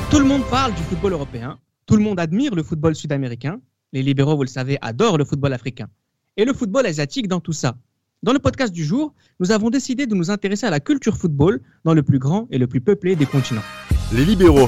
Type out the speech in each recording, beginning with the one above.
Tout le monde parle du football européen, tout le monde admire le football sud-américain, les libéraux, vous le savez, adorent le football africain. Et le football asiatique dans tout ça. Dans le podcast du jour, nous avons décidé de nous intéresser à la culture football dans le plus grand et le plus peuplé des continents. Les libéraux.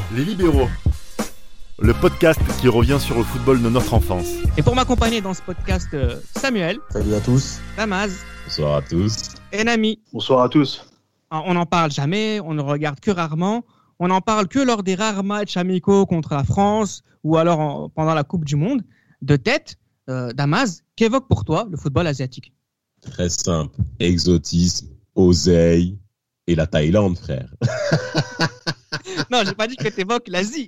Le podcast qui revient sur le football de notre enfance. Et pour m'accompagner dans ce podcast, Samuel. Salut à tous. Damaz. Bonsoir à tous. Et Nami. Bonsoir à tous. On n'en parle jamais, on ne regarde que rarement. On n'en parle que lors des rares matchs amicaux contre la France ou alors pendant la Coupe du Monde. De tête, Damaz, qu'évoque pour toi le football asiatique ? Très simple. Exotisme, oseille et la Thaïlande, frère. Non, j'ai pas dit que tu évoques l'Asie.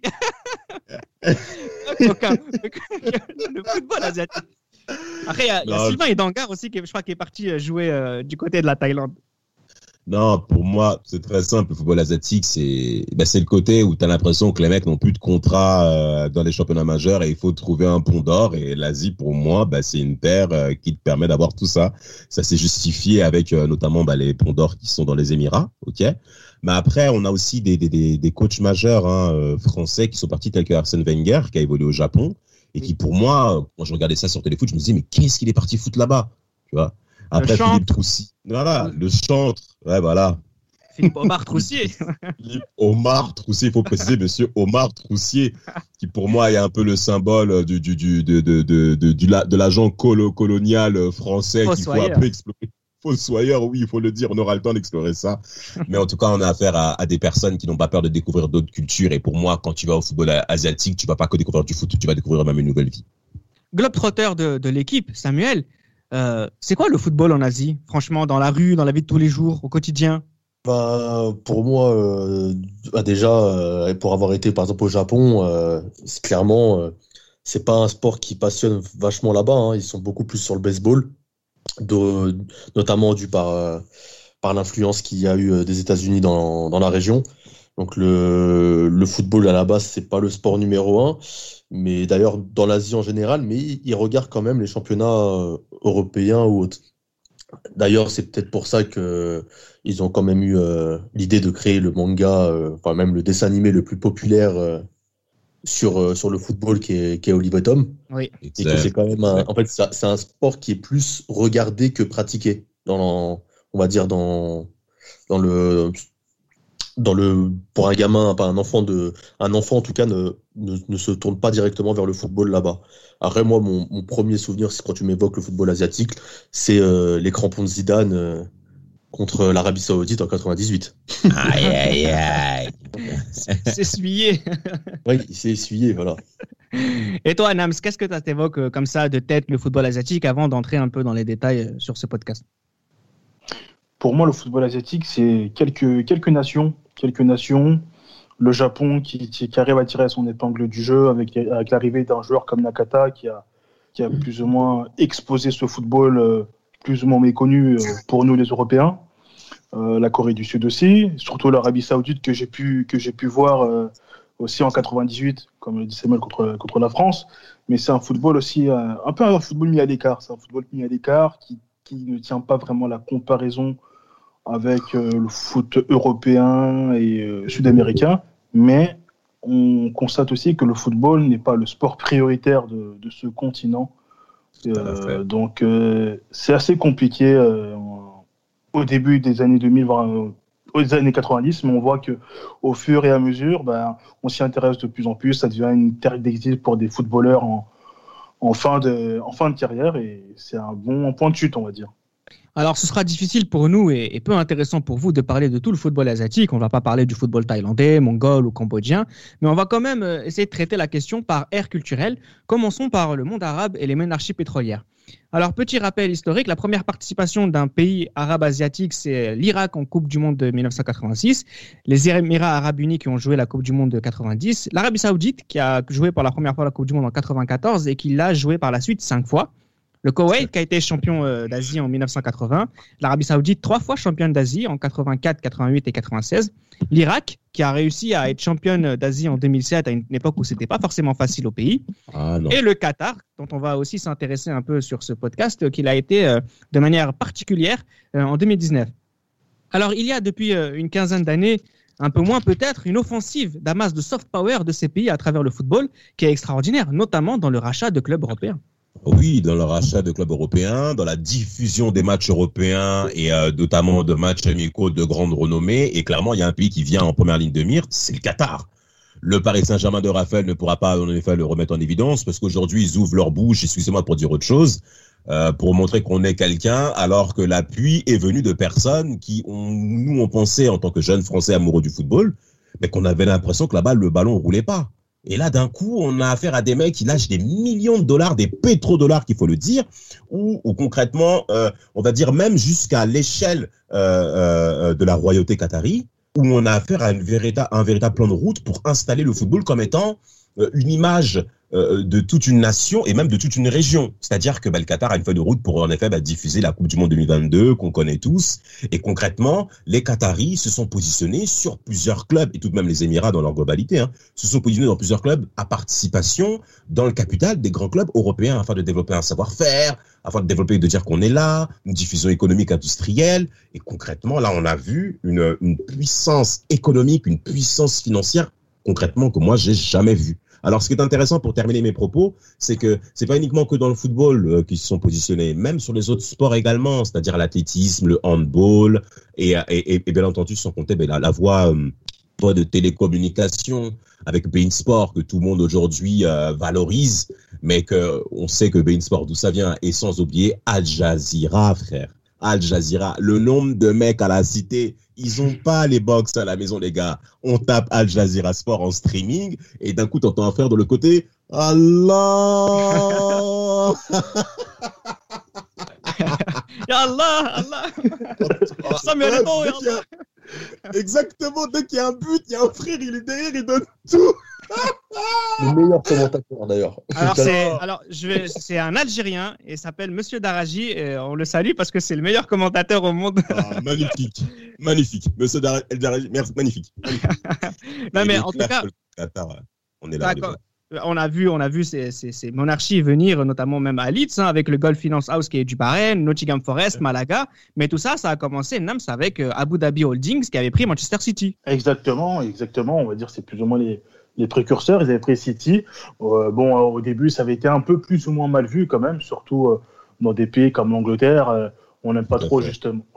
Le football asiatique. Après, il y a Sylvain Idangar aussi, je crois, qui est parti jouer du côté de la Thaïlande. Non, pour moi, c'est très simple. Le football asiatique, c'est le côté où tu as l'impression que les mecs n'ont plus de contrat dans les championnats majeurs et il faut trouver un pont d'or. Et l'Asie, pour moi, c'est une terre qui te permet d'avoir tout ça. Ça s'est justifié avec notamment les ponts d'or qui sont dans les Émirats, ok. Mais après, on a aussi des coachs majeurs français qui sont partis, tels que Arsène Wenger, qui a évolué au Japon et qui, pour moi, quand je regardais ça sur Téléfoot, je me disais, mais qu'est-ce qu'il est parti foutre là-bas, tu vois? Après, Philippe Troussier. Voilà, le chantre. Ouais, voilà. Philippe Omar Troussier. Philippe Omar Troussier, il faut préciser, monsieur Omar Troussier, qui pour moi est un peu le symbole de l'agent colonial français qu'il faut un peu explorer. Fossoyeur, oui, il faut le dire, on aura le temps d'explorer ça. Mais en tout cas, on a affaire à des personnes qui n'ont pas peur de découvrir d'autres cultures. Et pour moi, quand tu vas au football asiatique, tu vas pas que découvrir du foot, tu vas découvrir même une nouvelle vie. Globetrotter de l'équipe, Samuel. C'est quoi le football en Asie ? Franchement, dans la rue, dans la vie de tous les jours, au quotidien ? Pour moi, déjà, pour avoir été par exemple au Japon, c'est clairement, c'est pas un sport qui passionne vachement là-bas. Ils sont beaucoup plus sur le baseball, notamment dû par l'influence qu'il y a eu des États-Unis dans la région. Donc le football à la base, c'est pas le sport numéro 1. Mais d'ailleurs, dans l'Asie en général, mais ils regardent quand même les championnats européens ou autres. D'ailleurs, c'est peut-être pour ça qu'ils ont quand même eu l'idée de créer le manga, même le dessin animé le plus populaire sur le football qui est Olive et Tom. Oui. Et que c'est quand même en fait, c'est un sport qui est plus regardé que pratiqué on va dire dans le pour un gamin, pas un enfant en tout cas ne se tourne pas directement vers le football là-bas. Après moi mon premier souvenir, c'est quand tu m'évoques le football asiatique, c'est les crampons de Zidane contre l'Arabie Saoudite en 98. Aïe. C'est essuyé. Oui, il s'est essuyé, voilà. Et toi, Nams, qu'est-ce que tu t'évoques comme ça de tête le football asiatique avant d'entrer un peu dans les détails sur ce podcast ? Pour moi, le football asiatique, c'est quelques nations. Le Japon qui arrive à tirer son épingle du jeu avec l'arrivée d'un joueur comme Nakata qui a plus ou moins exposé ce football plus ou moins méconnu pour nous les Européens. La Corée du Sud aussi, surtout l'Arabie Saoudite que j'ai pu voir aussi en 98, comme le dit Samuel, contre la France. Mais c'est un football aussi, un peu un football mis à l'écart. C'est un football mis à l'écart qui ne tient pas vraiment la comparaison avec le foot européen et sud-américain, mais on constate aussi que le football n'est pas le sport prioritaire de ce continent. Donc c'est assez compliqué au début des années 2000, voire aux années 90, mais on voit qu'au fur et à mesure, on s'y intéresse de plus en plus, ça devient une terre d'exil pour des footballeurs en fin de carrière, et c'est un bon point de chute, on va dire. Alors, ce sera difficile pour nous et peu intéressant pour vous de parler de tout le football asiatique. On ne va pas parler du football thaïlandais, mongol ou cambodgien, mais on va quand même essayer de traiter la question par ère culturelle. Commençons par le monde arabe et les monarchies pétrolières. Alors, petit rappel historique, la première participation d'un pays arabe asiatique, c'est l'Irak en Coupe du Monde de 1986, les Émirats arabes unis qui ont joué la Coupe du Monde de 90, l'Arabie saoudite qui a joué pour la première fois la Coupe du Monde en 94 et qui l'a joué par la suite 5 fois. Le Koweït qui a été champion d'Asie en 1980, l'Arabie Saoudite 3 fois championne d'Asie en 84, 88 et 96, l'Irak qui a réussi à être championne d'Asie en 2007 à une époque où c'était pas forcément facile au pays, et le Qatar dont on va aussi s'intéresser un peu sur ce podcast, qu'il a été de manière particulière en 2019. Alors il y a depuis une quinzaine d'années un peu moins peut-être une offensive d'amas de soft power de ces pays à travers le football qui est extraordinaire, notamment dans le rachat de clubs européens. Oui, dans le rachat de clubs européens, dans la diffusion des matchs européens et notamment de matchs amicaux de grande renommée. Et clairement, il y a un pays qui vient en première ligne de mire, c'est le Qatar. Le Paris Saint-Germain de Raphaël ne pourra pas en effet le remettre en évidence parce qu'aujourd'hui, ils ouvrent leur bouche, excusez-moi pour dire autre chose, pour montrer qu'on est quelqu'un, alors que l'appui est venu de personnes qui, on pensait en tant que jeunes Français amoureux du football, mais qu'on avait l'impression que là-bas, le ballon ne roulait pas. Et là, d'un coup, on a affaire à des mecs qui lâchent des millions de dollars, des pétrodollars, qu'il faut le dire, ou concrètement, on va dire même jusqu'à l'échelle de la royauté qatari, où on a affaire à un véritable plan de route pour installer le football comme étant une image de toute une nation et même de toute une région. C'est-à-dire que le Qatar a une feuille de route pour en effet diffuser la Coupe du Monde 2022 qu'on connaît tous. Et concrètement, les Qataris se sont positionnés sur plusieurs clubs, et tout de même les Émirats dans leur globalité, se sont positionnés dans plusieurs clubs à participation dans le capital des grands clubs européens afin de développer un savoir-faire, afin de développer, de dire qu'on est là, une diffusion économique industrielle. Et concrètement, là, on a vu une puissance économique, une puissance financière, concrètement, que moi, j'ai jamais vue. Alors, ce qui est intéressant pour terminer mes propos, c'est que c'est pas uniquement que dans le football qu'ils se sont positionnés, même sur les autres sports également, c'est-à-dire l'athlétisme, le handball, et bien entendu, sans compter la voie de télécommunication avec beIN Sport que tout le monde aujourd'hui valorise, mais que on sait que beIN Sport, d'où ça vient, et sans oublier Al Jazeera, frère. Al Jazeera, le nombre de mecs à la cité, ils ont pas les box à la maison, les gars. On tape Al Jazeera Sport en streaming et d'un coup, t'entends un frère de l'autre côté. Allah! Ya Allah, Allah! Ça me répond, ya Allah! Exactement, dès qu'il y a un but, il y a un frère, il est derrière, il donne tout. Le meilleur commentateur d'ailleurs. C'est un Algérien et s'appelle Monsieur Daraji. Et on le salue parce que c'est le meilleur commentateur au monde. Magnifique. Monsieur Daraji, merci, magnifique. Non mais en tout cas, on est là. On a vu ces monarchies venir, notamment même à Leeds, avec le Gulf Finance House qui est du Bahreïn, Nottingham Forest, Malaga. Mais tout ça, ça a commencé, Nams, avec Abu Dhabi Holdings qui avait pris Manchester City. Exactement. On va dire c'est plus ou moins les précurseurs. Ils avaient pris City. Au début, ça avait été un peu plus ou moins mal vu quand même, surtout dans des pays comme l'Angleterre. On n'aime pas trop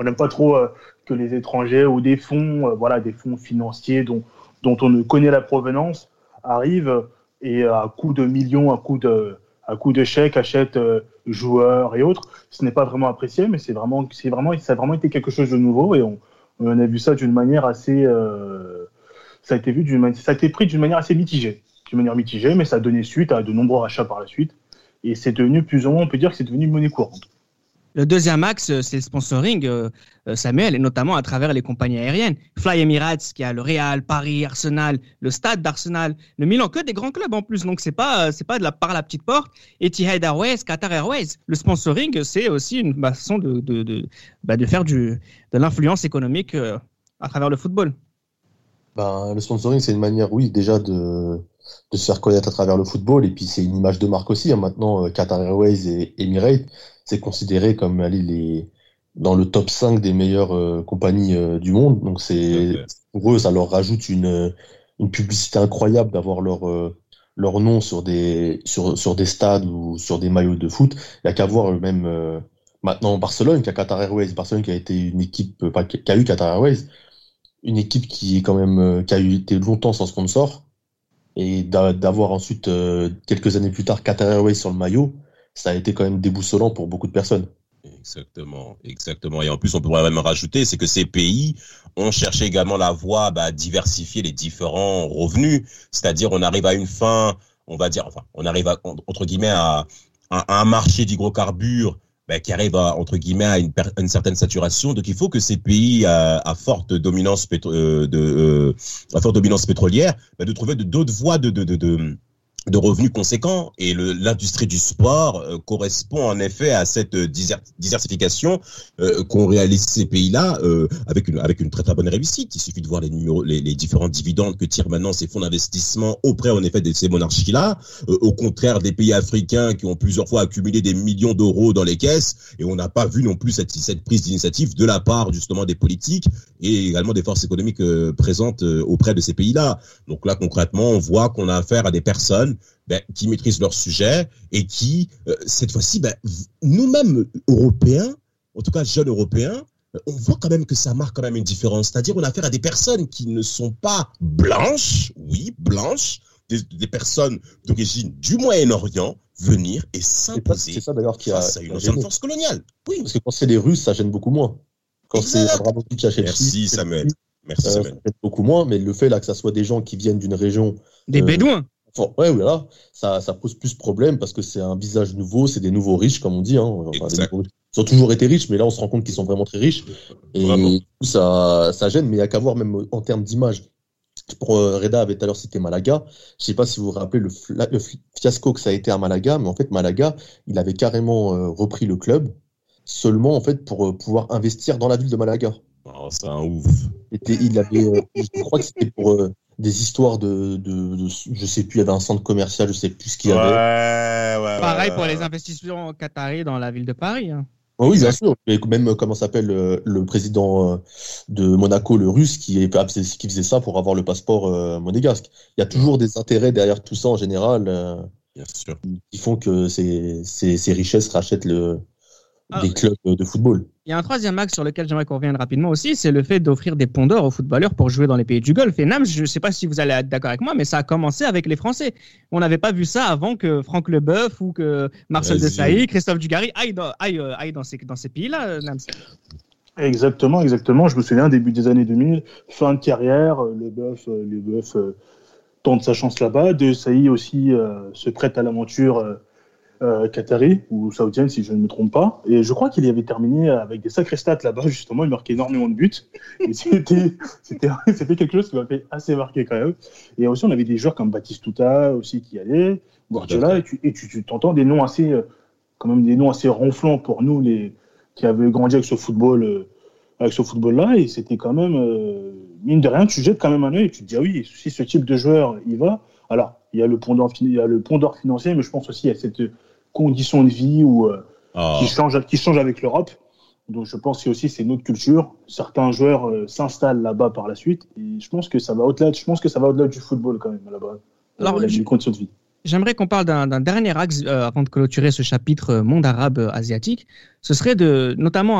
que les étrangers ou des fonds, des fonds financiers dont on ne connaît la provenance arrivent et à coup de millions, à coup de chèques achètent joueurs et autres. Ce n'est pas vraiment apprécié, mais ça a vraiment été quelque chose de nouveau et on a vu ça d'une manière assez. Ça a été pris d'une manière assez mitigée. D'une manière mitigée, mais ça a donné suite à de nombreux rachats par la suite. Et c'est devenu plus ou moins, on peut dire que c'est devenu une monnaie courante. Le deuxième axe, c'est le sponsoring, Samuel, et notamment à travers les compagnies aériennes. Fly Emirates, qui a le Real, Paris, Arsenal, le stade d'Arsenal, le Milan, que des grands clubs en plus. Donc, c'est pas par la petite porte. Etihad Airways, Qatar Airways. Le sponsoring, c'est aussi une façon de faire de l'influence économique à travers le football. Le sponsoring, c'est une manière, oui, déjà de se faire connaître à travers le football. Et puis, c'est une image de marque aussi. Maintenant, Qatar Airways et Emirates, c'est considéré comme dans le top 5 des meilleures compagnies du monde. Donc, pour eux, ça leur rajoute une publicité incroyable d'avoir leur nom sur des stades ou sur des maillots de foot. Il n'y a qu'à voir même maintenant Barcelone, qui a Qatar Airways. Barcelone qui a été une équipe, qui a eu Qatar Airways, une équipe qui est quand même qui a été longtemps sans sponsor, et d'avoir ensuite quelques années plus tard Qatar Airways sur le maillot, ça a été quand même déboussolant pour beaucoup de personnes. Exactement. Et en plus, on pourrait même rajouter, c'est que ces pays ont cherché également la voie à diversifier les différents revenus. C'est-à-dire, on arrive à une fin, on arrive à, entre guillemets, à un marché d'hydrocarbures qui arrive à une certaine saturation. Donc, il faut que ces pays à forte dominance pétrolière de trouver d'autres voies de de revenus conséquents et l'industrie du sport correspond en effet à cette diversification qu'ont réalisé ces pays-là avec une très très bonne réussite. Il suffit de voir les différents dividendes que tirent maintenant ces fonds d'investissement auprès en effet de ces monarchies-là, au contraire des pays africains qui ont plusieurs fois accumulé des millions d'euros dans les caisses, et on n'a pas vu non plus cette prise d'initiative de la part justement des politiques et également des forces économiques présentes auprès de ces pays-là. Donc là concrètement on voit qu'on a affaire à des personnes qui maîtrisent leur sujet et qui, cette fois-ci, nous-mêmes Européens, en tout cas jeunes Européens, on voit quand même que ça marque quand même une différence. C'est-à-dire on a affaire à des personnes qui ne sont pas blanches, des personnes d'origine du Moyen-Orient venir et s'imposer c'est ça, d'ailleurs, face à une ancienne force coloniale. Oui. Parce que quand c'est les Russes, ça gêne beaucoup moins. Quand c'est Abramovich à Chelsea, merci Samuel. Ça gêne beaucoup moins, mais le fait là que ça soit des gens qui viennent d'une région... Des Bédouins. Ouais, voilà, ça pose plus de problèmes parce que c'est un visage nouveau, c'est des nouveaux riches, comme on dit. Ils ont toujours été riches, mais là, on se rend compte qu'ils sont vraiment très riches. Et du coup, ça gêne, mais il n'y a qu'à voir même en termes d'image. Reda avait tout à l'heure cité Malaga. Je ne sais pas si vous vous rappelez le fiasco que ça a été à Malaga, mais en fait, Malaga, il avait carrément repris le club seulement en fait pour pouvoir investir dans la ville de Malaga. Oh, c'est un ouf. Je crois que c'était pour... des histoires de je sais plus, il y avait un centre commercial, je sais plus ce qu'il y avait. Pareil pour les investissements qataris dans la ville de Paris. Hein. Oh oui, bien sûr. Et même, comment s'appelle le président de Monaco, le russe, qui faisait ça pour avoir le passeport monégasque. Il y a toujours des intérêts derrière tout ça en général, bien sûr, qui font que ces richesses rachètent des clubs de football. Il y a un troisième axe sur lequel j'aimerais qu'on revienne rapidement aussi, c'est le fait d'offrir des ponts d'or aux footballeurs pour jouer dans les pays du Golfe. Et Nam, je ne sais pas si vous allez être d'accord avec moi, mais ça a commencé avec les Français. On n'avait pas vu ça avant que Franck Leboeuf ou que Marcel Desailly, Christophe Dugarry aillent dans ces pays-là, Nam. Exactement. Je me souviens, début des années 2000, fin de carrière, Leboeuf tente sa chance là-bas. Desailly aussi se prête à l'aventure qatari ou saoudienne si je ne me trompe pas, et je crois qu'il y avait terminé avec des sacrés stats là-bas, justement. Il marquait énormément de buts et c'était quelque chose qui m'a fait assez marquer quand même. Et aussi on avait des joueurs comme Batistuta aussi qui allaient, Guardiola, et tu t'entends des noms assez quand même, des noms assez ronflants pour nous qui avaient grandi avec ce football là, et c'était quand même mine de rien, tu jettes quand même un œil et tu te dis oui, si ce type de joueur y va. Alors il y a le pont d'or financier, mais je pense aussi à cette condition de vie qui change avec l'Europe. Donc je pense que aussi c'est une autre culture. Certains joueurs s'installent là-bas par la suite, et je pense que ça va au-delà du football quand même là-bas. Alors les conditions de vie. J'aimerais qu'on parle d'un dernier axe avant de clôturer ce chapitre monde arabe asiatique. Ce serait notamment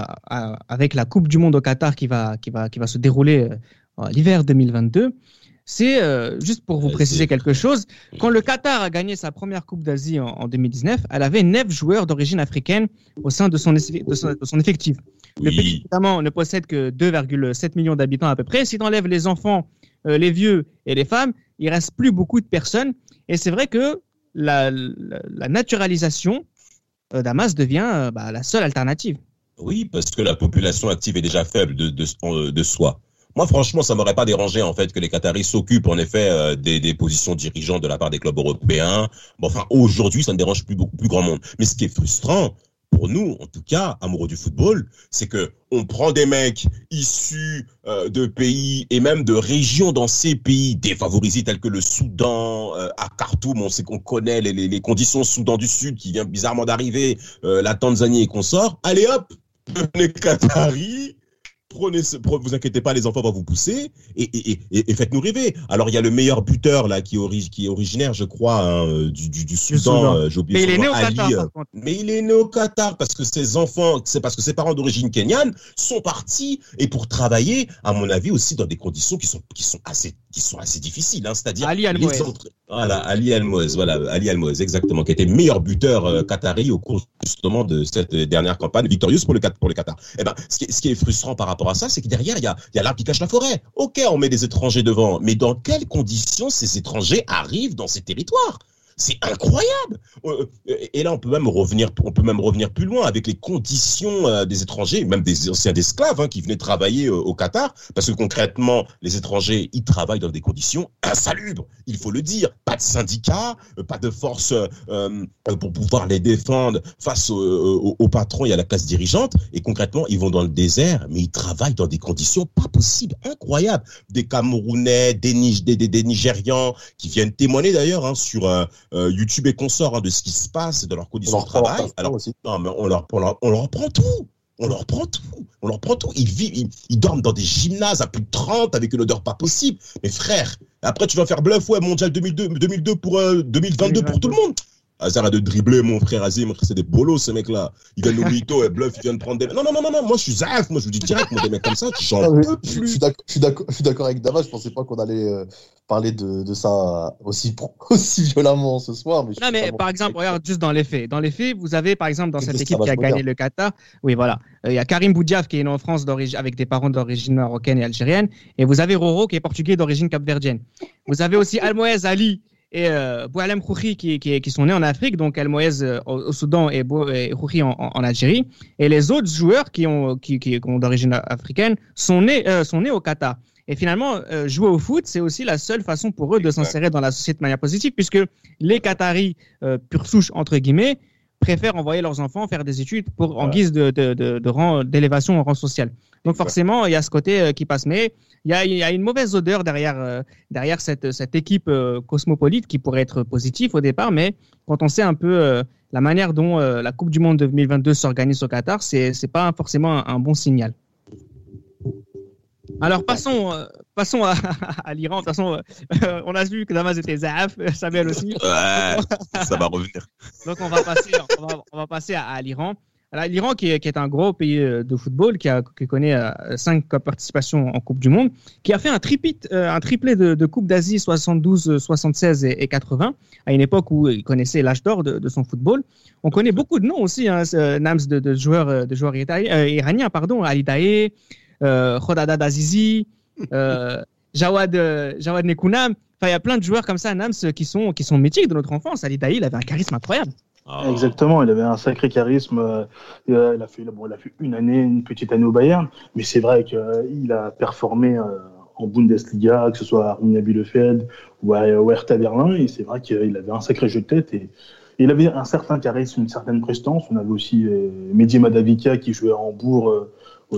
avec la Coupe du Monde au Qatar qui va se dérouler l'hiver 2022. C'est, juste pour vous préciser quelque chose, quand le Qatar a gagné sa première Coupe d'Asie en 2019, elle avait 9 joueurs d'origine africaine au sein de son effectif. Le pays, notamment, ne possède que 2,7 millions d'habitants à peu près. Si tu enlèves les enfants, les vieux et les femmes, il ne reste plus beaucoup de personnes. Et c'est vrai que la naturalisation d'Hamas devient la seule alternative. Oui, parce que la population active est déjà faible de soi. Moi, franchement, ça m'aurait pas dérangé en fait que les Qataris s'occupent en effet des positions dirigeantes de la part des clubs européens. Bon, enfin, aujourd'hui, ça ne dérange plus grand monde. Mais ce qui est frustrant pour nous, en tout cas, amoureux du football, c'est que on prend des mecs issus de pays et même de régions dans ces pays défavorisés tels que le Soudan, à Khartoum, on sait qu'on connaît les conditions, Soudan du Sud qui vient bizarrement d'arriver, la Tanzanie et consorts. Allez hop, les Qataris. Vous inquiétez pas, les enfants vont vous pousser et faites-nous rêver. Alors il y a le meilleur buteur là qui est originaire, je crois, du Soudan. J'ai oublié son nom, Ali. Mais il est né au Qatar parce que ses parents d'origine kenyane sont partis et pour travailler, à mon avis aussi dans des conditions qui sont assez difficiles. Hein, c'est-à-dire Ali Almoez. Ali Almoez, exactement, qui était meilleur buteur qatari au cours justement de cette dernière campagne victorieuse pour le Qatar. Eh ben, ce qui est frustrant par rapport à ça, c'est que derrière il y a l'arbre qui cache la forêt. Ok, on met des étrangers devant, mais dans quelles conditions ces étrangers arrivent dans ces territoires? C'est incroyable. Et là, on peut même revenir plus loin avec les conditions des étrangers, même des anciens esclaves qui venaient travailler au Qatar, parce que concrètement, les étrangers, ils travaillent dans des conditions insalubres. Il faut le dire. Pas de syndicats, pas de force pour pouvoir les défendre face au patron et à la classe dirigeante. Et concrètement, ils vont dans le désert, mais ils travaillent dans des conditions pas possibles, incroyables. Des Camerounais, des Nigérians qui viennent témoigner d'ailleurs sur YouTube et consorts de ce qui se passe dans leurs conditions de travail. Alors, non, mais on leur prend tout. On leur prend tout. Ils dorment dans des gymnases à plus de 30 avec une odeur pas possible. Mais frère, après tu vas faire bluff, mondial 2002 pour 2022 pour tout le monde. Ça arrête de dribbler, mon frère Azim, c'est des bolos, ces mecs-là. Ils viennent au mytho et bluff, ils viennent prendre des... Non, moi je suis Zaf, moi je vous dis direct, moi des mecs comme ça, j'en peux plus. Je suis d'accord avec David, je pensais pas qu'on allait parler de ça aussi violemment ce soir. Mais par exemple, regarde juste dans les faits. Dans les faits, vous avez par exemple dans cette équipe qui a gagné le Qatar, oui voilà, il y a Karim Boudiaf qui est né en France avec des parents d'origine marocaine et algérienne, et vous avez Roro qui est portugais d'origine capverdienne. Vous avez aussi Almoez Ali et Boualem Khouri qui sont nés en Afrique, donc Almoez au Soudan et Khouri en Algérie. Et les autres joueurs qui ont d'origine africaine sont nés au Qatar. Et finalement, jouer au foot, c'est aussi la seule façon pour eux de s'insérer dans la société de manière positive, puisque les Qataris, pure souche entre guillemets, préfèrent envoyer leurs enfants faire des études en guise d'élévation en rang social. Donc forcément, il y a ce côté qui passe. Mais il y a une mauvaise odeur derrière cette équipe cosmopolite qui pourrait être positive au départ, mais quand on sait un peu la manière dont la Coupe du Monde de 2022 s'organise au Qatar, c'est pas forcément un bon signal. Alors passons à l'Iran. De toute façon, on a vu que Damas était Zaaf, Samuel aussi. Ça va revenir. Donc on va passer à l'Iran. Alors, l'Iran qui est un gros pays de football, qui connaît 5 participations en Coupe du Monde, qui a fait un triplé de Coupe d'Asie 72, 76 et 80, à une époque où il connaissait l'âge d'or de son football. On connaît beaucoup de noms aussi, Nams de joueurs iraniens, Ali Daei, Khodadad Azizi, Jawad Nekounam. Enfin, il y a plein de joueurs comme ça, Nams, qui sont mythiques de notre enfance. Ali Daei, il avait un charisme incroyable. Exactement, il avait un sacré charisme. Il a fait une petite année au Bayern, mais c'est vrai qu'il a performé en Bundesliga, que ce soit à Arminia Bielefeld ou à Hertha Berlin, et c'est vrai qu'il avait un sacré jeu de tête et il avait un certain charisme, une certaine prestance. On avait aussi Mehdi Madavikia qui jouait à Hambourg au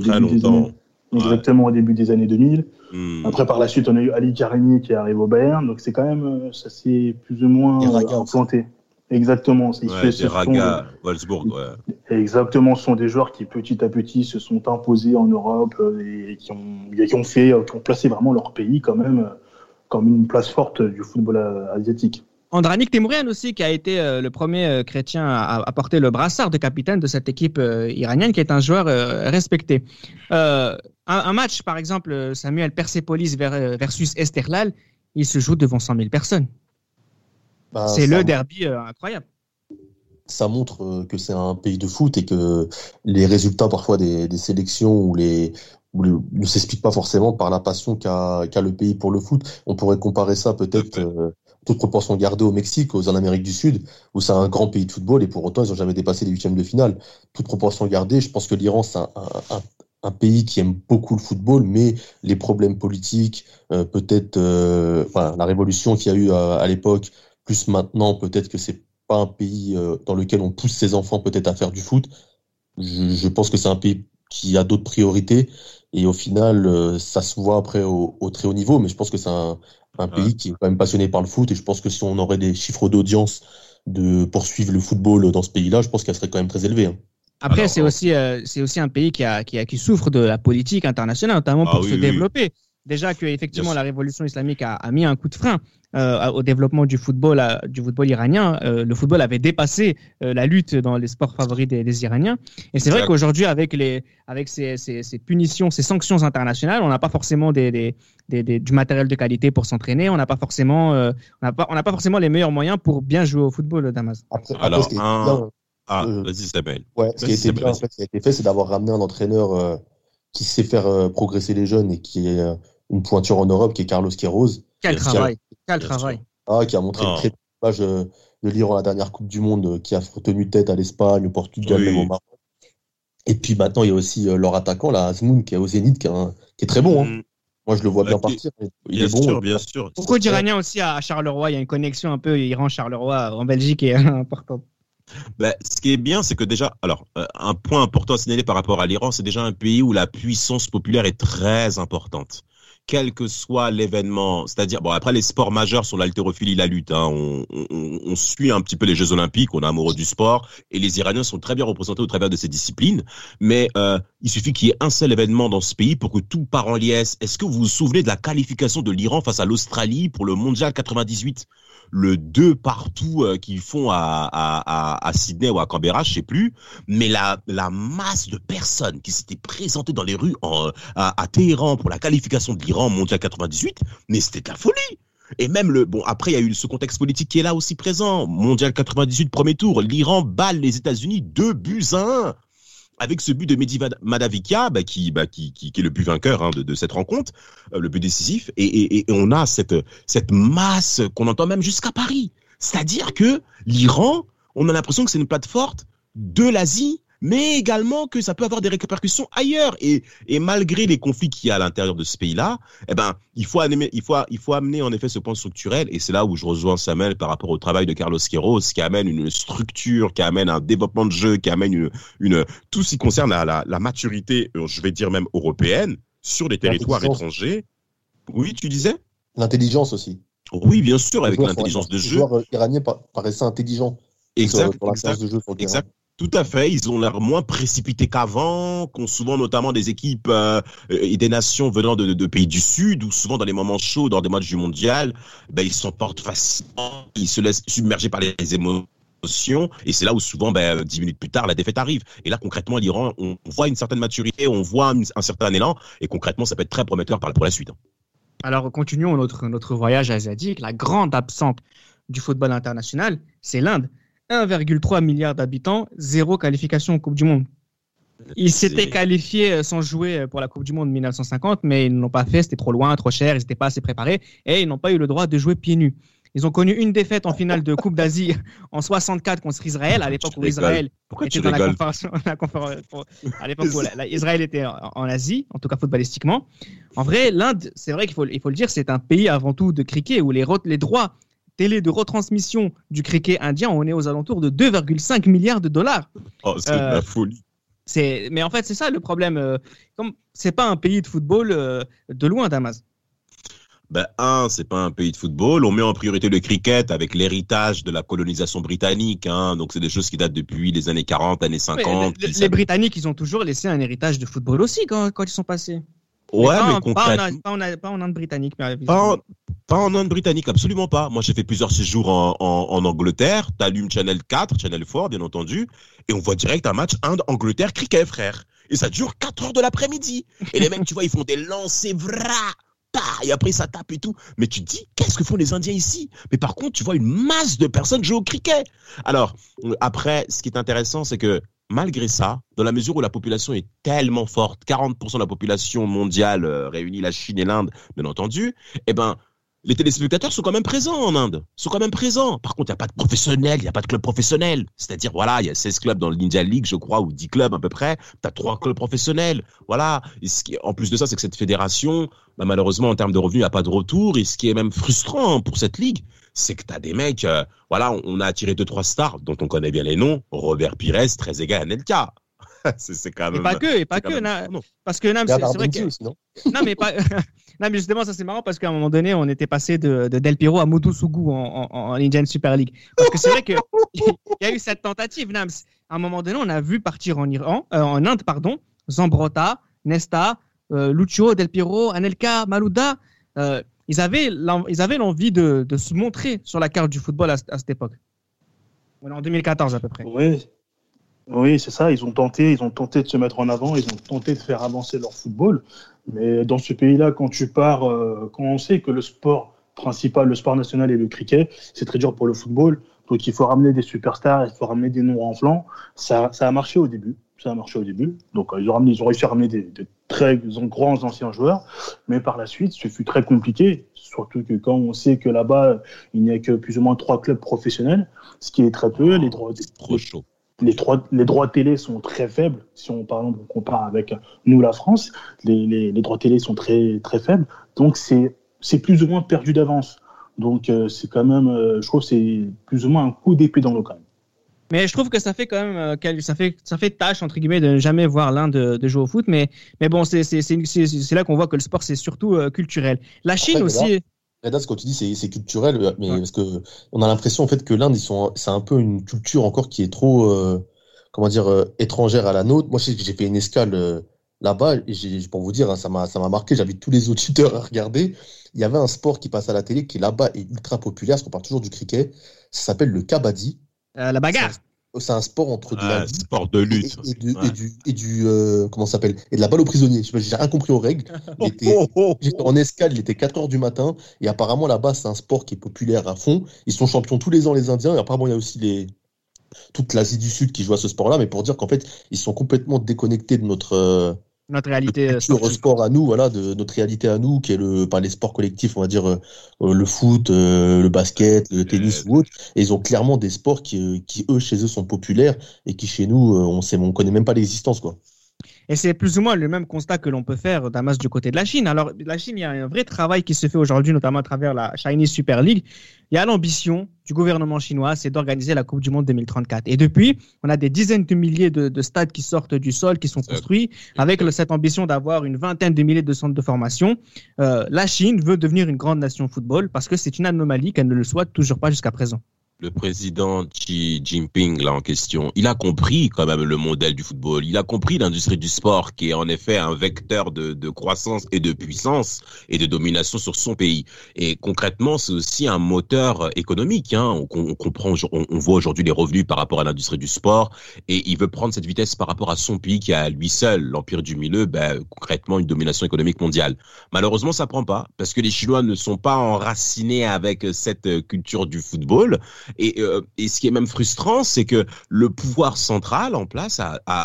début des années 2000. Après, par la suite, on a eu Ali Karimi qui arrive au Bayern, donc c'est quand même, ça s'est plus ou moins implanté. Exactement. Raga, Wolfsburg, ouais. Exactement, ce sont des joueurs qui petit à petit se sont imposés en Europe et qui ont placé vraiment leur pays quand même comme une place forte du football asiatique. Andranik Temourian aussi, qui a été le premier chrétien à porter le brassard de capitaine de cette équipe iranienne, qui est un joueur respecté. Un match, par exemple, Samuel Persepolis versus Esteghlal, il se joue devant 100 000 personnes. C'est le derby incroyable. Ça montre que c'est un pays de foot et que les résultats parfois des sélections ne s'expliquent pas forcément par la passion qu'a le pays pour le foot. On pourrait comparer ça peut-être, toute proportion gardée, au Mexique, en Amérique du Sud, où c'est un grand pays de football et pour autant ils n'ont jamais dépassé les huitièmes de finale. Toute proportion gardée, je pense que l'Iran c'est un pays qui aime beaucoup le football, mais les problèmes politiques, peut-être la révolution qu'il y a eu à l'époque, plus maintenant, peut-être que c'est pas un pays dans lequel on pousse ses enfants peut-être à faire du foot. Je pense que c'est un pays qui a d'autres priorités et au final, ça se voit après au très haut niveau. Mais je pense que c'est un pays qui est quand même passionné par le foot et je pense que si on aurait des chiffres d'audience de poursuivre le football dans ce pays-là, je pense qu'elle serait quand même très élevée. Après, c'est aussi un pays qui souffre de la politique internationale, notamment pour se développer. Déjà que effectivement la révolution islamique a mis un coup de frein au développement du football iranien. Le football avait dépassé la lutte dans les sports favoris des Iraniens. Et c'est vrai qu'aujourd'hui, avec ces punitions, ces sanctions internationales, on n'a pas forcément du matériel de qualité pour s'entraîner. On n'a pas forcément les meilleurs moyens pour bien jouer au football, Damas. Vas-y, Samuel. Ce qui a été bien, en fait, ce qui a été fait, c'est d'avoir ramené un entraîneur qui sait faire progresser les jeunes et qui est une pointure en Europe, qui est Carlos Queiroz. Quel travail. Qui a montré l'image de l'Iran à la dernière Coupe du Monde qui a tenu tête à l'Espagne, au Portugal, même au Maroc. Et puis maintenant, il y a aussi leur attaquant, là, Azmoun, qui est au Zénith, qui est très bon. Hein. Moi, je le vois bien partir. Il est bon. Bien sûr. Beaucoup d'Iraniens aussi à Charleroi. Il y a une connexion un peu Iran-Charleroi en Belgique qui est importante. Ce qui est bien, c'est que déjà, alors, un point important à signaler par rapport à l'Iran, c'est déjà un pays où la puissance populaire est très importante. Quel que soit l'événement, c'est-à-dire, bon, après les sports majeurs sont l'haltérophilie, la lutte, hein, on suit un petit peu les Jeux Olympiques, on est amoureux du sport, et les Iraniens sont très bien représentés au travers de ces disciplines, mais il suffit qu'il y ait un seul événement dans ce pays pour que tout part en liesse. Est-ce que vous vous souvenez de la qualification de l'Iran face à l'Australie pour le Mondial 98? Le 2 partout qu'ils font à Sydney ou à Canberra, je sais plus, mais la masse de personnes qui s'étaient présentées dans les rues à Téhéran pour la qualification de l'Iran Mondial 98, mais c'était de la folie. Et même après il y a eu ce contexte politique qui est là aussi présent. Mondial 98 premier tour, l'Iran bat les États-Unis 2-1. Avec ce but de Mehdi Madavikia, qui est le but vainqueur de cette rencontre, le but décisif, et on a cette masse qu'on entend même jusqu'à Paris. C'est-à-dire que l'Iran, on a l'impression que c'est une plate forte de l'Asie, mais également que ça peut avoir des répercussions ailleurs. Et malgré les conflits qu'il y a à l'intérieur de ce pays-là, il faut amener en effet ce point structurel. Et c'est là où je rejoins Samuel par rapport au travail de Carlos Queiroz, qui amène une structure, qui amène un développement de jeu, qui amène tout ce qui concerne la maturité, je vais dire même européenne, sur les territoires étrangers. Oui, tu disais ? L'intelligence aussi. Oui, bien sûr, avec l'intelligence de jeu. Les joueurs iraniens paraissaient intelligents. Exact. Pour la séance de jeu sur le terrain. Exact. Tout à fait, ils ont l'air moins précipités qu'avant, qu'ont souvent notamment des équipes et des nations venant de pays du Sud, où souvent dans les moments chauds, dans des matchs du mondial, ils s'emportent facilement, ils se laissent submerger par les émotions, et c'est là où souvent, 10 minutes plus tard, la défaite arrive. Et là, concrètement, l'Iran, on voit une certaine maturité, on voit un certain élan, et concrètement, ça peut être très prometteur pour la suite. Alors, continuons notre voyage asiatique. La grande absente du football international, c'est l'Inde. 1,3 milliard d'habitants, 0 qualification en Coupe du Monde. Ils s'étaient qualifiés sans jouer pour la Coupe du Monde 1950, mais ils ne l'ont pas fait, c'était trop loin, trop cher, ils n'étaient pas assez préparés et ils n'ont pas eu le droit de jouer pieds nus. Ils ont connu une défaite en finale de Coupe d'Asie en 64 contre Israël, à l'époque où Israël était dans la conférence. À l'époque où Israël était en Asie, en tout cas footballistiquement. En vrai, l'Inde, c'est vrai qu'il faut le dire, c'est un pays avant tout de cricket où les droits télé de retransmission du cricket indien, on est aux alentours de 2,5 milliards de dollars. Oh, c'est de la folie. Mais en fait, c'est ça le problème. C'est pas un pays de football de loin, Damas. C'est pas un pays de football. On met en priorité le cricket avec l'héritage de la colonisation britannique. Donc, c'est des choses qui datent depuis les années 40, années 50. Les Britanniques, ils ont toujours laissé un héritage de football aussi quand ils sont passés. Ouais, mais concrètement. Pas en Inde britannique. Pas en Inde britannique, absolument pas. Moi, j'ai fait plusieurs séjours en Angleterre. T'allumes Channel 4, Channel 4, bien entendu. Et on voit direct un match Inde-Angleterre cricket, frère. Et ça dure 4 heures de l'après-midi. Et les mecs, tu vois, ils font des lancers, et après ça tape et tout. Mais tu te dis, qu'est-ce que font les Indiens ici? Mais par contre, tu vois une masse de personnes jouer au cricket. Alors, après, ce qui est intéressant, c'est que malgré ça, dans la mesure où la population est tellement forte, 40% de la population mondiale réunit la Chine et l'Inde, bien entendu, les téléspectateurs sont quand même présents en Inde, sont quand même présents. Par contre, il n'y a pas de professionnels, il n'y a pas de club professionnel. C'est-à-dire, voilà, il y a 16 clubs dans l'India League, je crois, ou 10 clubs à peu près. Tu as 3 clubs professionnels. Voilà. Et en plus de ça, c'est que cette fédération, malheureusement, en termes de revenus, il n'y a pas de retour. Et ce qui est même frustrant pour cette ligue, c'est que tu as des mecs, on a attiré 2-3 stars dont on connaît bien les noms. Robert Pires, Trezeguet, Anelka. C'est quand même. Et pas que. Parce que Nam, c'est vrai que. Aussi, non, non, mais justement, ça c'est marrant parce qu'à un moment donné, on était passé de Del Piero à Modusugu en Indian Super League. Parce que c'est vrai qu'il y a eu cette tentative, Nams. À un moment donné, on a vu partir en Inde, Zambrotta, Nesta, Lucio, Del Piero, Anelka, Malouda. Ils avaient l'envie de se montrer sur la carte du football à cette époque. On est en 2014 à peu près. Oui, c'est ça. Ils ont tenté de se mettre en avant. Ils ont tenté de faire avancer leur football. Mais dans ce pays-là, quand tu pars, quand on sait que le sport principal, le sport national est le cricket, c'est très dur pour le football. Donc il faut ramener des superstars, il faut ramener des noms enflants. Ça a marché au début. ça a marché au début. Donc, ils ont réussi à ramener de très grands anciens joueurs. Mais par la suite, ce fut très compliqué. Surtout que quand on sait que là-bas, il n'y a que plus ou moins 3 clubs professionnels, ce qui est très peu. Trop chaud. Les droits télé sont très faibles. Si on, par exemple, on compare avec nous, la France, les droits télé sont très, très faibles. Donc, c'est plus ou moins perdu d'avance. Donc, c'est quand même, je trouve que c'est plus ou moins un coup d'épée dans le crâne. Mais je trouve que ça fait quand même ça fait tâche entre guillemets de ne jamais voir l'un de jouer au foot. Mais bon, c'est là qu'on voit que le sport c'est surtout culturel. La Chine Après, aussi. Reda, ce que tu dis, c'est culturel, mais parce que on a l'impression en fait que l'Inde, c'est un peu une culture encore qui est trop, étrangère à la nôtre. Moi, j'ai fait une escale là-bas, et pour vous dire, hein, ça m'a marqué. J'invite tous les auditeurs à regarder. Il y avait un sport qui passe à la télé qui là-bas est ultra populaire, parce qu'on parle toujours du cricket. Ça s'appelle le kabaddi. La bagarre. C'est un sport entre de la sport de lutte et du comment ça s'appelle, et de la balle aux prisonniers. J'ai rien compris aux règles. J'étais en escale, il était 4h du matin, et apparemment là-bas c'est un sport qui est populaire à fond. Ils sont champions tous les ans, les Indiens, et apparemment il y a aussi toute l'Asie du Sud qui joue à ce sport-là, mais pour dire qu'en fait ils sont complètement déconnectés de notre réalité sport à nous, voilà, de notre réalité à nous, qui est les sports collectifs, on va dire le foot, le basket, le tennis ou autre. Et ils ont clairement des sports qui eux chez eux sont populaires et qui chez nous on connaît même pas l'existence, quoi. Et c'est plus ou moins le même constat que l'on peut faire, Damas, du côté de la Chine. Alors, la Chine, il y a un vrai travail qui se fait aujourd'hui, notamment à travers la Chinese Super League. Il y a l'ambition du gouvernement chinois, c'est d'organiser la Coupe du Monde 2034. Et depuis, on a des dizaines de milliers de stades qui sortent du sol, qui sont construits, avec cette ambition d'avoir une vingtaine de milliers de centres de formation. La Chine veut devenir une grande nation football parce que c'est une anomalie qu'elle ne le soit toujours pas jusqu'à présent. Le président Xi Jinping, là, en question, il a compris quand même le modèle du football. Il a compris l'industrie du sport, qui est en effet un vecteur de croissance et de puissance et de domination sur son pays. Et concrètement, c'est aussi un moteur économique, hein. On comprend, on voit aujourd'hui les revenus par rapport à l'industrie du sport, et il veut prendre cette vitesse par rapport à son pays qui a à lui seul, l'Empire du Milieu, concrètement une domination économique mondiale. Malheureusement, ça prend pas, parce que les Chinois ne sont pas enracinés avec cette culture du football. Et ce qui est même frustrant, c'est que le pouvoir central en place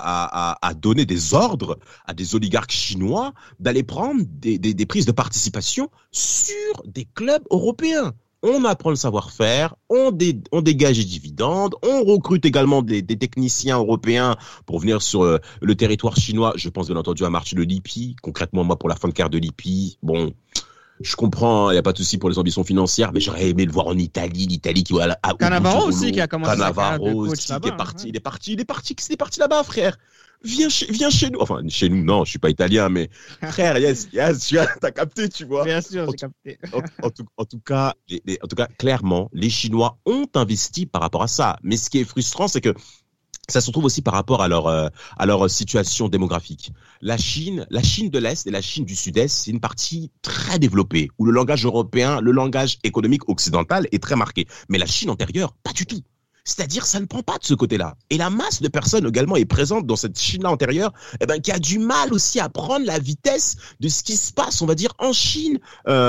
a donné des ordres à des oligarques chinois d'aller prendre des prises de participation sur des clubs européens. On apprend le savoir-faire, on dégage des dividendes, on recrute également des techniciens européens pour venir sur le territoire chinois. Je pense bien entendu à Martin Lippi. Concrètement, moi, pour la fin de carrière de Lippi, bon... Je comprends, il n'y a pas de souci pour les ambitions financières, mais j'aurais aimé le voir en Italie. L'Italie qui va à Cannavaro aussi qui a commencé Cannavaro aussi qui est parti. Il est parti là-bas, frère. Viens chez nous. Enfin, chez nous, non, je suis pas italien, mais frère, yes, t'as capté, tu vois. Bien sûr, j'ai capté. En tout cas, clairement, les Chinois ont investi par rapport à ça. Mais ce qui est frustrant, c'est que ça se retrouve aussi par rapport à leur situation démographique. La Chine de l'Est et la Chine du Sud-Est, c'est une partie très développée, où le langage européen, le langage économique occidental est très marqué. Mais la Chine antérieure, pas du tout. C'est-à-dire, ça ne prend pas de ce côté-là. Et la masse de personnes également est présente dans cette Chine-là antérieure, qui a du mal aussi à prendre la vitesse de ce qui se passe, on va dire, en Chine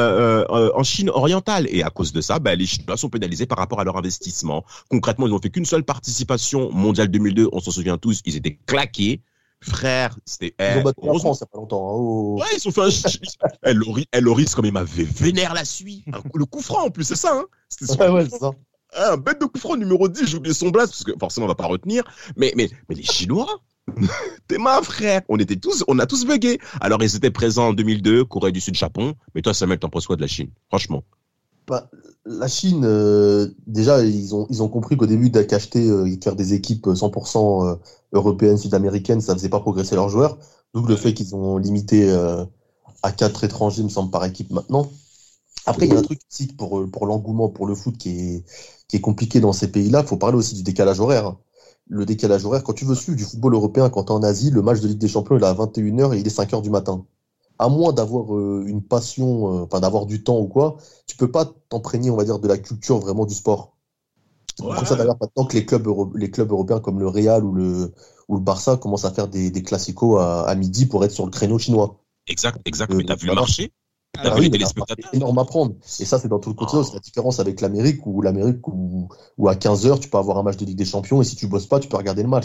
orientale. Et à cause de ça, les Chinois sont pénalisés par rapport à leur investissement. Concrètement, ils n'ont fait qu'une seule participation mondiale 2002. On s'en souvient tous, ils étaient claqués. Frère, c'était... Ils ont battu la France il n'y a pas longtemps. Ouais, ils ont fait Loris, comme il m'avait vénère la suite. Le coup franc, en plus, c'est ça, hein. Ouais, c'est ça. Un bête de coup franc numéro 10, j'ai oublié son blast, parce que forcément on va pas retenir. Mais les Chinois, t'es ma frère. On a tous bugué. Alors ils étaient présents en 2002, Corée du Sud, Japon. Mais toi, Samuel, t'en penses quoi de la Chine? Franchement. La Chine, déjà, ils ont compris qu'au début, faire des équipes 100% européennes, sud-américaines, ça faisait pas progresser leurs joueurs. D'où le fait qu'ils ont limité à 4 étrangers, me semble, par équipe maintenant. Après, il y a un truc aussi pour l'engouement pour le foot qui est compliqué dans ces pays-là. Il faut parler aussi du décalage horaire. Le décalage horaire, quand tu veux suivre du football européen, quand tu es en Asie, le match de Ligue des Champions, il est à 21h et il est 5h du matin. À moins d'avoir une passion, d'avoir du temps ou quoi, tu peux pas t'imprégner, on va dire, de la culture vraiment du sport. Ouais. Comme ça, d'ailleurs, maintenant que les clubs européens comme le Real ou le Barça commencent à faire des classicos à midi pour être sur le créneau chinois. Exact. Mais t'as vu le marché? T'as vu les téléspectateurs? C'est énorme à prendre. Et ça, c'est dans tout le continent. C'est la différence avec l'Amérique où à 15h, tu peux avoir un match de Ligue des Champions et si tu bosses pas, tu peux regarder le match.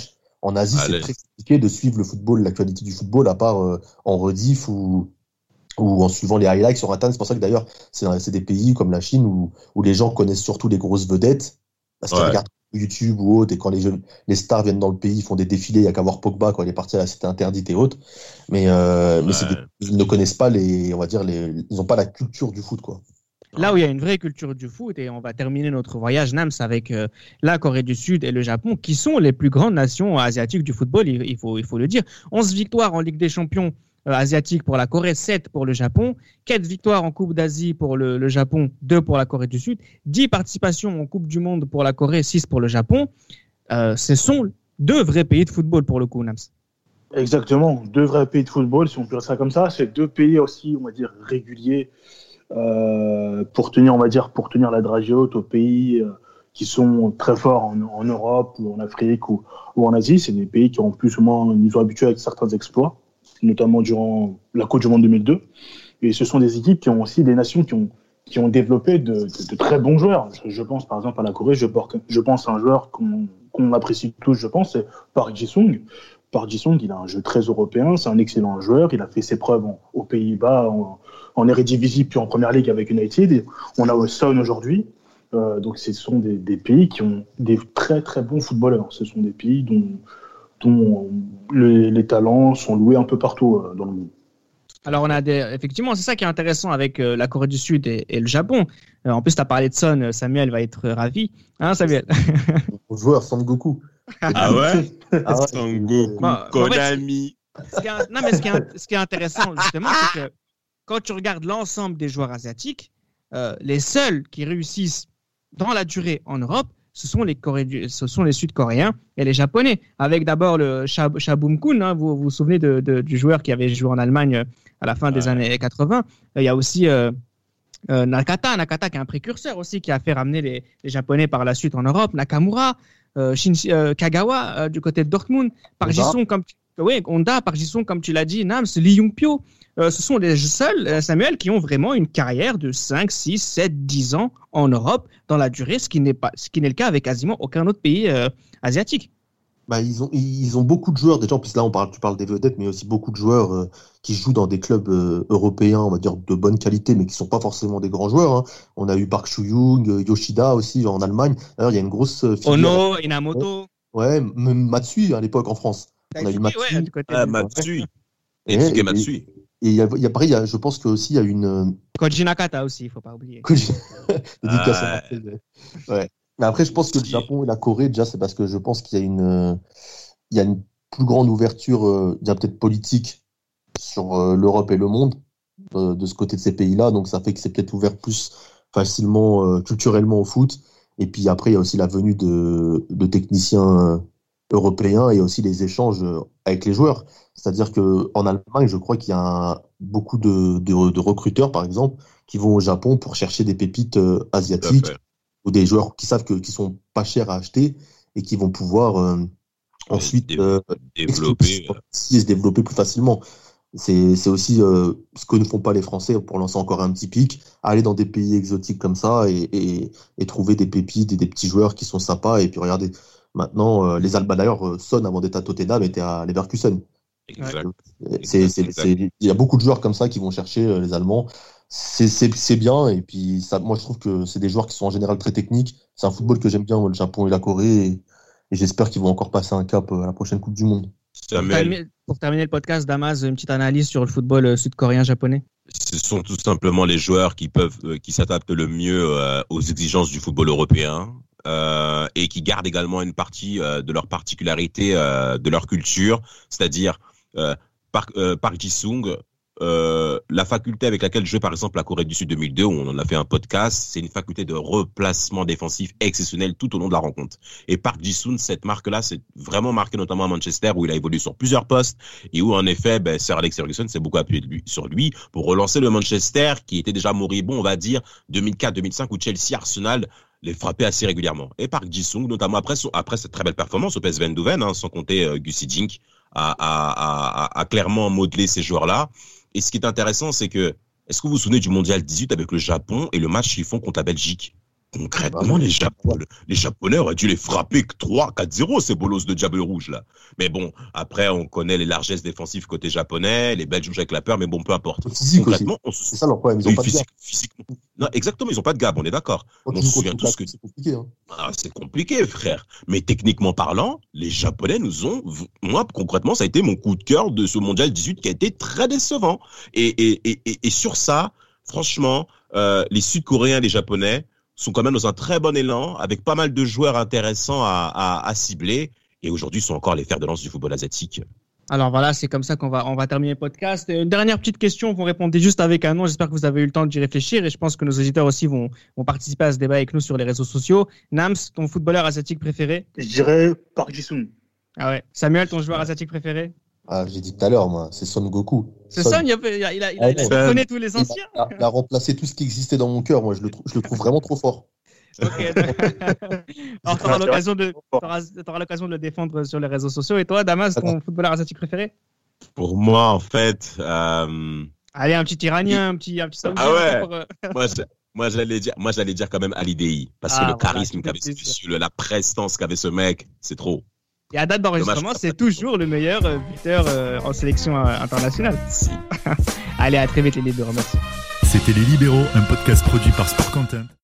En Asie, c'est très compliqué de suivre le football, l'actualité du football, à part en rediff ou en suivant les highlights sur Internet. C'est pour ça que d'ailleurs, c'est des pays comme la Chine où les gens connaissent surtout les grosses vedettes, parce qu'ils regardent YouTube ou autre, et quand les stars viennent dans le pays, ils font des défilés, il n'y a qu'à voir Pogba quand il est parti à la cité interdite et autres. Mais ils ne connaissent pas ils n'ont pas la culture du foot, quoi. Là où il y a une vraie culture du foot, et on va terminer notre voyage, Nams, avec la Corée du Sud et le Japon, qui sont les plus grandes nations asiatiques du football, il faut le dire. 11 victoires en Ligue des Champions asiatiques pour la Corée, 7 pour le Japon, 4 victoires en Coupe d'Asie pour le Japon, 2 pour la Corée du Sud, 10 participations en Coupe du Monde pour la Corée, 6 pour le Japon. Ce sont 2 vrais pays de football pour le coup, Nams. Exactement, 2 vrais pays de football, si on peut dire ça comme ça. C'est 2 pays aussi, on va dire, réguliers, pour tenir la dragée haute aux pays qui sont très forts en Europe ou en Afrique ou en Asie. C'est des pays qui ont plus ou moins, ils ont habitué avec certains exploits, notamment durant la Coupe du Monde 2002. Et ce sont des équipes qui ont aussi des nations qui ont développé de très bons joueurs. Je pense par exemple à la Corée, je pense à un joueur qu'on apprécie tous, je pense, c'est Park Ji-sung. Park Ji-sung, il a un jeu très européen, c'est un excellent joueur, il a fait ses preuves aux Pays-Bas, en Eredivisie, puis en Première Ligue avec United. Et on a Son aujourd'hui. Donc ce sont des pays qui ont des très très bons footballeurs. Ce sont des pays dont les talents sont loués un peu partout dans le monde. Alors, effectivement, c'est ça qui est intéressant avec la Corée du Sud et le Japon. En plus, tu as parlé de Son, Samuel va être ravi. Hein, Samuel? Mon joueur, Son Goku. Ah ouais? Son Goku, Konami. Ce qui est intéressant, justement, c'est que quand tu regardes l'ensemble des joueurs asiatiques, les seuls qui réussissent dans la durée en Europe, ce sont les Sud-Coréens et les Japonais. Avec d'abord le Cha Bum-kun, hein, vous vous souvenez du joueur qui avait joué en Allemagne à la fin des années 80. Il y a aussi Nakata qui est un précurseur aussi, qui a fait ramener les Japonais par la suite en Europe. Nakamura, Kagawa du côté de Dortmund. Park Ji-sung, Honda, Park Ji-sung, comme tu l'as dit, Nams, Lee Young-pyo. Ce sont les seuls, Samuel, qui ont vraiment une carrière de 5, 6, 7, 10 ans en Europe dans la durée, ce qui n'est le cas avec quasiment aucun autre pays asiatique. Bah, ils ont beaucoup de joueurs, déjà, en plus là tu parles des vedettes, mais aussi beaucoup de joueurs qui jouent dans des clubs européens, on va dire de bonne qualité, mais qui sont pas forcément des grands joueurs, hein. On a eu Park Chu-young, Yoshida aussi en Allemagne. D'ailleurs, il y a une grosse filière. Ono, Inamoto. Ouais, même Matsui à l'époque en France. On a eu Matsui. Matsui. Et Matsui. Et il y a pareil, je pense qu'il y a une. Koji Nakata aussi, il ne faut pas oublier. Ouais. Mais après, je pense que le Japon et la Corée, déjà, c'est parce que je pense qu'il y a une plus grande ouverture, déjà peut-être politique, sur l'Europe et le monde, de ce côté de ces pays-là. Donc, ça fait que c'est peut-être ouvert plus facilement, culturellement au foot. Et puis après, il y a aussi la venue de techniciens européens et aussi les échanges avec les joueurs. C'est-à-dire qu'en Allemagne, je crois qu'il y a beaucoup de recruteurs, par exemple, qui vont au Japon pour chercher des pépites asiatiques ou des joueurs qui savent qu'ils sont pas chers à acheter et qui vont pouvoir ensuite se développer plus facilement. C'est aussi ce que ne font pas les Français, pour lancer encore un petit pic, aller dans des pays exotiques comme ça et trouver des pépites et des petits joueurs qui sont sympas. Et puis regardez, maintenant, les Allemands, d'ailleurs, Son, avant d'être à Tottenham, était à Leverkusen. Exact. Il y a beaucoup de joueurs comme ça qui vont chercher les Allemands. C'est bien, et puis ça, moi je trouve que c'est des joueurs qui sont en général très techniques. C'est un football que j'aime bien, moi, le Japon et la Corée, et j'espère qu'ils vont encore passer un cap à la prochaine Coupe du Monde. Pour terminer le podcast, Damas, une petite analyse sur le football sud-coréen-japonais. Ce sont tout simplement les joueurs qui s'adaptent le mieux aux exigences du football européen. Et qui gardent également une partie de leur particularité, de leur culture, c'est-à-dire Park Ji-sung, la faculté avec laquelle jouait par exemple la Corée du Sud 2002, où on en a fait un podcast, c'est une faculté de replacement défensif exceptionnelle tout au long de la rencontre. Et Park Ji-sung, cette marque-là, c'est vraiment marqué notamment à Manchester, où il a évolué sur plusieurs postes et où en effet, Sir Alex Ferguson s'est beaucoup appuyé sur lui pour relancer le Manchester, qui était déjà moribond, on va dire 2004-2005, où Chelsea, Arsenal les frapper assez régulièrement. Et Park Ji-sung, notamment après cette très belle performance au PSV Eindhoven, sans compter Guussi Jink, a clairement modelé ces joueurs-là. Et ce qui est intéressant, c'est que, est-ce que vous vous souvenez du Mondial 18 avec le Japon et le match qu'ils font contre la Belgique? Concrètement, les Japonais auraient dû les frapper 3-4-0, ces bolosses de Diable Rouge, là. Mais bon, après, on connaît les largesses défensives côté japonais, les Belges jouent avec la peur, mais bon, peu importe. Concrètement, c'est ça leur problème, ils ont pas de gap. Physiquement. Non, exactement, ils ont pas de gap, on est d'accord. On se souvient tous que c'est compliqué. Hein. C'est compliqué, frère. Mais techniquement parlant, les Japonais nous ont... Moi, concrètement, ça a été mon coup de cœur de ce Mondial 18 qui a été très décevant. Et sur ça, franchement, les Sud-Coréens et les Japonais sont quand même dans un très bon élan, avec pas mal de joueurs intéressants à cibler. Et aujourd'hui, sont encore les fers de lance du football asiatique. Alors voilà, c'est comme ça qu'on va terminer le podcast. Une dernière petite question, vous répondez juste avec un nom. J'espère que vous avez eu le temps d'y réfléchir et je pense que nos auditeurs aussi vont participer à ce débat avec nous sur les réseaux sociaux. Nams, ton footballeur asiatique préféré? Je dirais Park Ji-sung. Ah ouais. Samuel, ton joueur asiatique préféré? Ah, j'ai dit tout à l'heure, moi, c'est Son Goku. C'est Son, il connaît tous les anciens. Il a remplacé tout ce qui existait dans mon cœur. Moi, je le trouve vraiment trop fort. Ok. Alors, tu auras l'occasion de le défendre sur les réseaux sociaux. Et toi, Damas, ton footballeur asiatique préféré? Pour moi, en fait... Allez, un petit Iranien, un petit Saoudien. Ah ouais. Moi, j'allais dire quand même Ali Dei. Parce que le charisme qu'avait ce monsieur, la prestance qu'avait ce mec, c'est trop. Et à date d'enregistrement, c'est toujours le meilleur buteur en sélection internationale. Si. Allez, à très vite les libéraux. Merci. C'était Les Libéraux, un podcast produit par Sport Content.